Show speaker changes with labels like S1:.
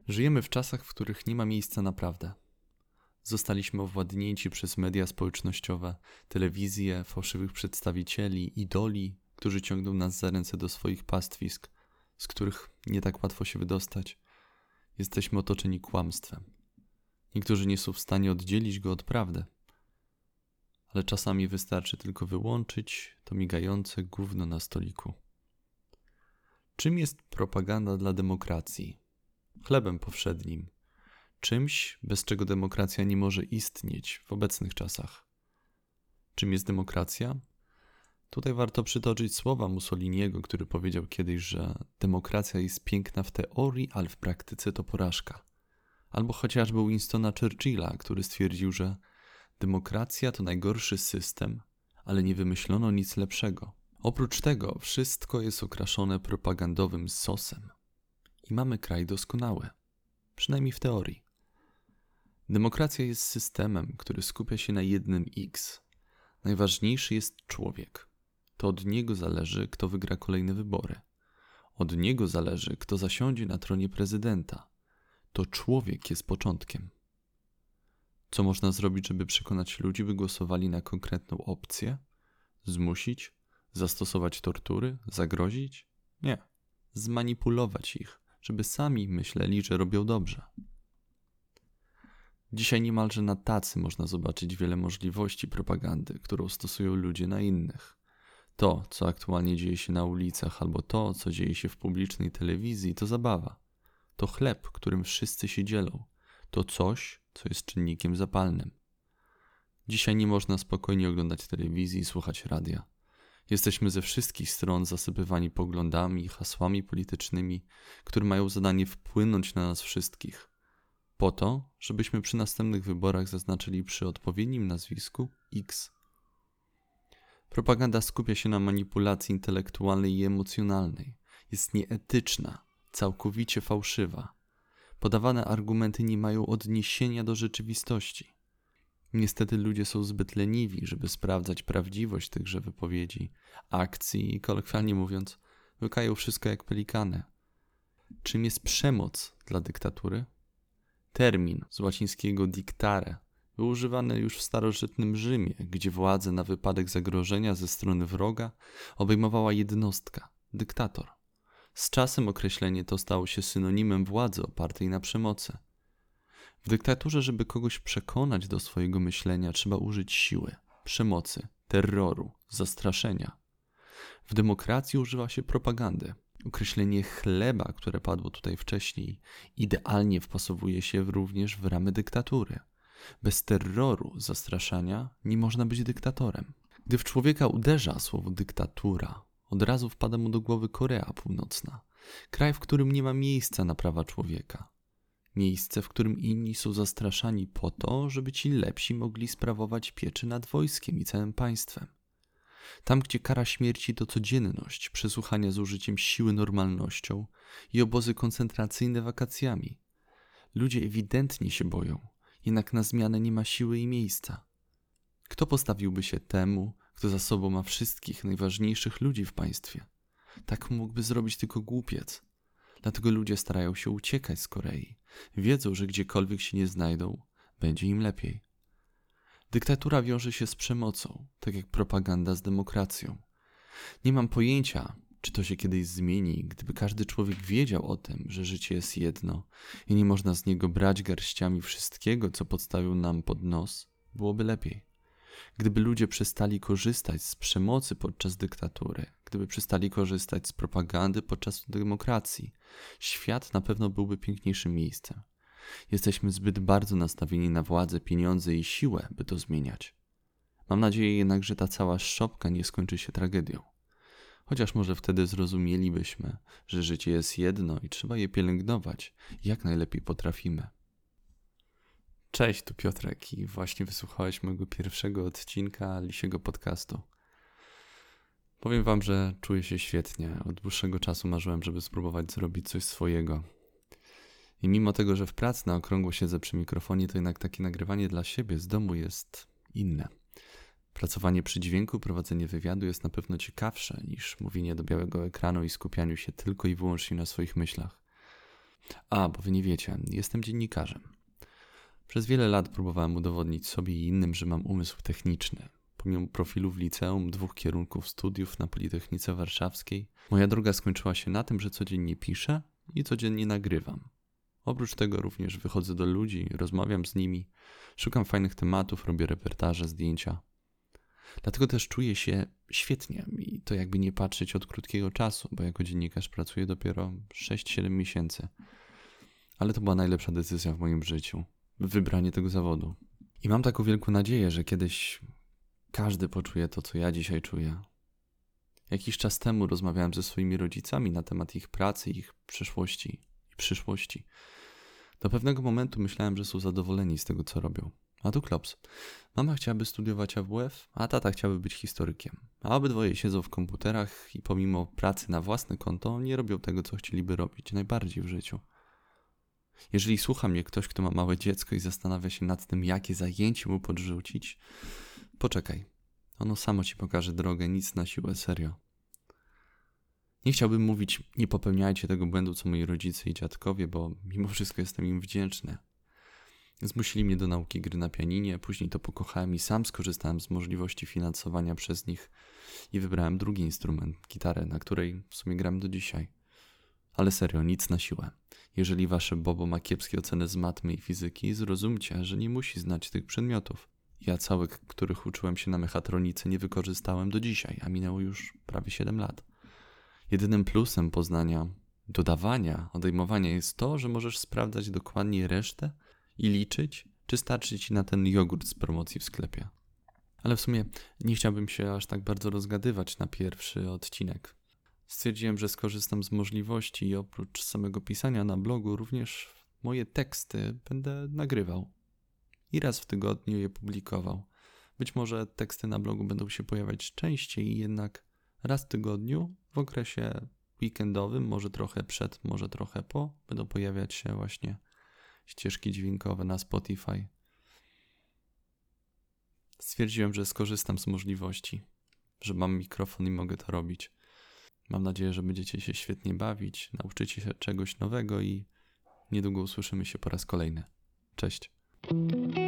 S1: Żyjemy w czasach, w których nie ma miejsca na prawdę. Zostaliśmy owładnięci przez media społecznościowe, telewizję, fałszywych przedstawicieli, idoli, którzy ciągną nas za ręce do swoich pastwisk, z których nie tak łatwo się wydostać. Jesteśmy otoczeni kłamstwem. Niektórzy nie są w stanie oddzielić go od prawdy. Ale czasami wystarczy tylko wyłączyć to migające gówno na stoliku. Czym jest propaganda dla demokracji? Chlebem powszednim. Czymś, bez czego demokracja nie może istnieć w obecnych czasach. Czym jest demokracja? Tutaj warto przytoczyć słowa Mussoliniego, który powiedział kiedyś, że demokracja jest piękna w teorii, ale w praktyce to porażka. Albo chociażby Winstona Churchilla, który stwierdził, że demokracja to najgorszy system, ale nie wymyślono nic lepszego. Oprócz tego wszystko jest okraszone propagandowym sosem. I mamy kraj doskonały. Przynajmniej w teorii. Demokracja jest systemem, który skupia się na jednym X. Najważniejszy jest człowiek. To od niego zależy, kto wygra kolejne wybory. Od niego zależy, kto zasiądzie na tronie prezydenta. To człowiek jest początkiem. Co można zrobić, żeby przekonać ludzi, by głosowali na konkretną opcję? Zmusić? Zastosować tortury? Zagrozić? Nie. Zmanipulować ich, żeby sami myśleli, że robią dobrze. Dzisiaj niemalże na tacy można zobaczyć wiele możliwości propagandy, którą stosują ludzie na innych. To, co aktualnie dzieje się na ulicach, albo to, co dzieje się w publicznej telewizji, to zabawa. To chleb, którym wszyscy się dzielą. To coś, co jest czynnikiem zapalnym. Dzisiaj nie można spokojnie oglądać telewizji i słuchać radia. Jesteśmy ze wszystkich stron zasypywani poglądami i hasłami politycznymi, które mają zadanie wpłynąć na nas wszystkich. Po to, żebyśmy przy następnych wyborach zaznaczyli przy odpowiednim nazwisku X. Propaganda skupia się na manipulacji intelektualnej i emocjonalnej. Jest nieetyczna, całkowicie fałszywa. Podawane argumenty nie mają odniesienia do rzeczywistości. Niestety ludzie są zbyt leniwi, żeby sprawdzać prawdziwość tychże wypowiedzi, akcji i kolokwialnie mówiąc, łykają wszystko jak pelikany. Czym jest przemoc dla dyktatury? Termin z łacińskiego dictare był używany już w starożytnym Rzymie, gdzie władzę na wypadek zagrożenia ze strony wroga obejmowała jednostka, dyktator. Z czasem określenie to stało się synonimem władzy opartej na przemocy. W dyktaturze, żeby kogoś przekonać do swojego myślenia, trzeba użyć siły, przemocy, terroru, zastraszenia. W demokracji używa się propagandy. Określenie chleba, które padło tutaj wcześniej, idealnie wpasowuje się również w ramy dyktatury. Bez terroru, zastraszania nie można być dyktatorem. Gdy w człowieka uderza słowo dyktatura, od razu wpada mu do głowy Korea Północna. Kraj, w którym nie ma miejsca na prawa człowieka. Miejsce, w którym inni są zastraszani po to, żeby ci lepsi mogli sprawować pieczę nad wojskiem i całym państwem. Tam, gdzie kara śmierci to codzienność, przesłuchania z użyciem siły normalnością i obozy koncentracyjne wakacjami. Ludzie ewidentnie się boją, jednak na zmianę nie ma siły i miejsca. Kto postawiłby się temu, kto za sobą ma wszystkich najważniejszych ludzi w państwie? Tak mógłby zrobić tylko głupiec. Dlatego ludzie starają się uciekać z Korei. Wiedzą, że gdziekolwiek się nie znajdą, będzie im lepiej. Dyktatura wiąże się z przemocą, tak jak propaganda z demokracją. Nie mam pojęcia, czy to się kiedyś zmieni, gdyby każdy człowiek wiedział o tym, że życie jest jedno i nie można z niego brać garściami wszystkiego, co podstawią nam pod nos, byłoby lepiej. Gdyby ludzie przestali korzystać z przemocy podczas dyktatury, gdyby przestali korzystać z propagandy podczas demokracji, świat na pewno byłby piękniejszym miejscem. Jesteśmy zbyt bardzo nastawieni na władzę, pieniądze i siłę, by to zmieniać. Mam nadzieję jednak, że ta cała szopka nie skończy się tragedią. Chociaż może wtedy zrozumielibyśmy, że życie jest jedno i trzeba je pielęgnować, jak najlepiej potrafimy. Cześć, tu Piotrek i właśnie wysłuchałeś mojego pierwszego odcinka Lisiego Podcastu. Powiem wam, że czuję się świetnie. Od dłuższego czasu marzyłem, żeby spróbować zrobić coś swojego. I mimo tego, że w pracy na okrągło siedzę przy mikrofonie, to jednak takie nagrywanie dla siebie z domu jest inne. Pracowanie przy dźwięku, prowadzenie wywiadu jest na pewno ciekawsze niż mówienie do białego ekranu i skupianiu się tylko i wyłącznie na swoich myślach. Bo wy nie wiecie, jestem dziennikarzem. Przez wiele lat próbowałem udowodnić sobie i innym, że mam umysł techniczny. Pomimo profilu w liceum, 2 kierunków studiów na Politechnice Warszawskiej, moja droga skończyła się na tym, że codziennie piszę i codziennie nagrywam. Oprócz tego również wychodzę do ludzi, rozmawiam z nimi, szukam fajnych tematów, robię reportaże, zdjęcia. Dlatego też czuję się świetnie i to jakby nie patrzeć od krótkiego czasu, bo jako dziennikarz pracuję dopiero 6-7 miesięcy. Ale to była najlepsza decyzja w moim życiu. Wybranie tego zawodu. I mam taką wielką nadzieję, że kiedyś każdy poczuje to, co ja dzisiaj czuję. Jakiś czas temu rozmawiałem ze swoimi rodzicami na temat ich pracy, ich przeszłości i przyszłości. Do pewnego momentu myślałem, że są zadowoleni z tego, co robią. A tu klops. Mama chciałaby studiować AWF, a tata chciałby być historykiem. A obydwoje siedzą w komputerach i pomimo pracy na własne konto nie robią tego, co chcieliby robić najbardziej w życiu. Jeżeli słucha mnie ktoś, kto ma małe dziecko i zastanawia się nad tym, jakie zajęcie mu podrzucić, poczekaj. Ono samo ci pokaże drogę, nic na siłę, serio. Nie chciałbym mówić, nie popełniajcie tego błędu, co moi rodzice i dziadkowie, bo mimo wszystko jestem im wdzięczny. Zmusili mnie do nauki gry na pianinie, później to pokochałem i sam skorzystałem z możliwości finansowania przez nich i wybrałem drugi instrument, gitarę, na której w sumie gram do dzisiaj. Ale serio, nic na siłę. Jeżeli wasze Bobo ma kiepskie oceny z matmy i fizyki, zrozumcie, że nie musi znać tych przedmiotów. Ja całych, których uczyłem się na mechatronice, nie wykorzystałem do dzisiaj, a minęło już prawie 7 lat. Jedynym plusem poznania, dodawania, odejmowania jest to, że możesz sprawdzać dokładnie resztę i liczyć, czy starczy ci na ten jogurt z promocji w sklepie. Ale w sumie nie chciałbym się aż tak bardzo rozgadywać na pierwszy odcinek. Stwierdziłem, że skorzystam z możliwości i oprócz samego pisania na blogu również moje teksty będę nagrywał. I raz w tygodniu je publikował. Być może teksty na blogu będą się pojawiać częściej, jednak raz w tygodniu w okresie weekendowym, może trochę przed, może trochę po, będą pojawiać się właśnie ścieżki dźwiękowe na Spotify. Stwierdziłem, że skorzystam z możliwości, że mam mikrofon i mogę to robić. Mam nadzieję, że będziecie się świetnie bawić, nauczycie się czegoś nowego i niedługo usłyszymy się po raz kolejny. Cześć.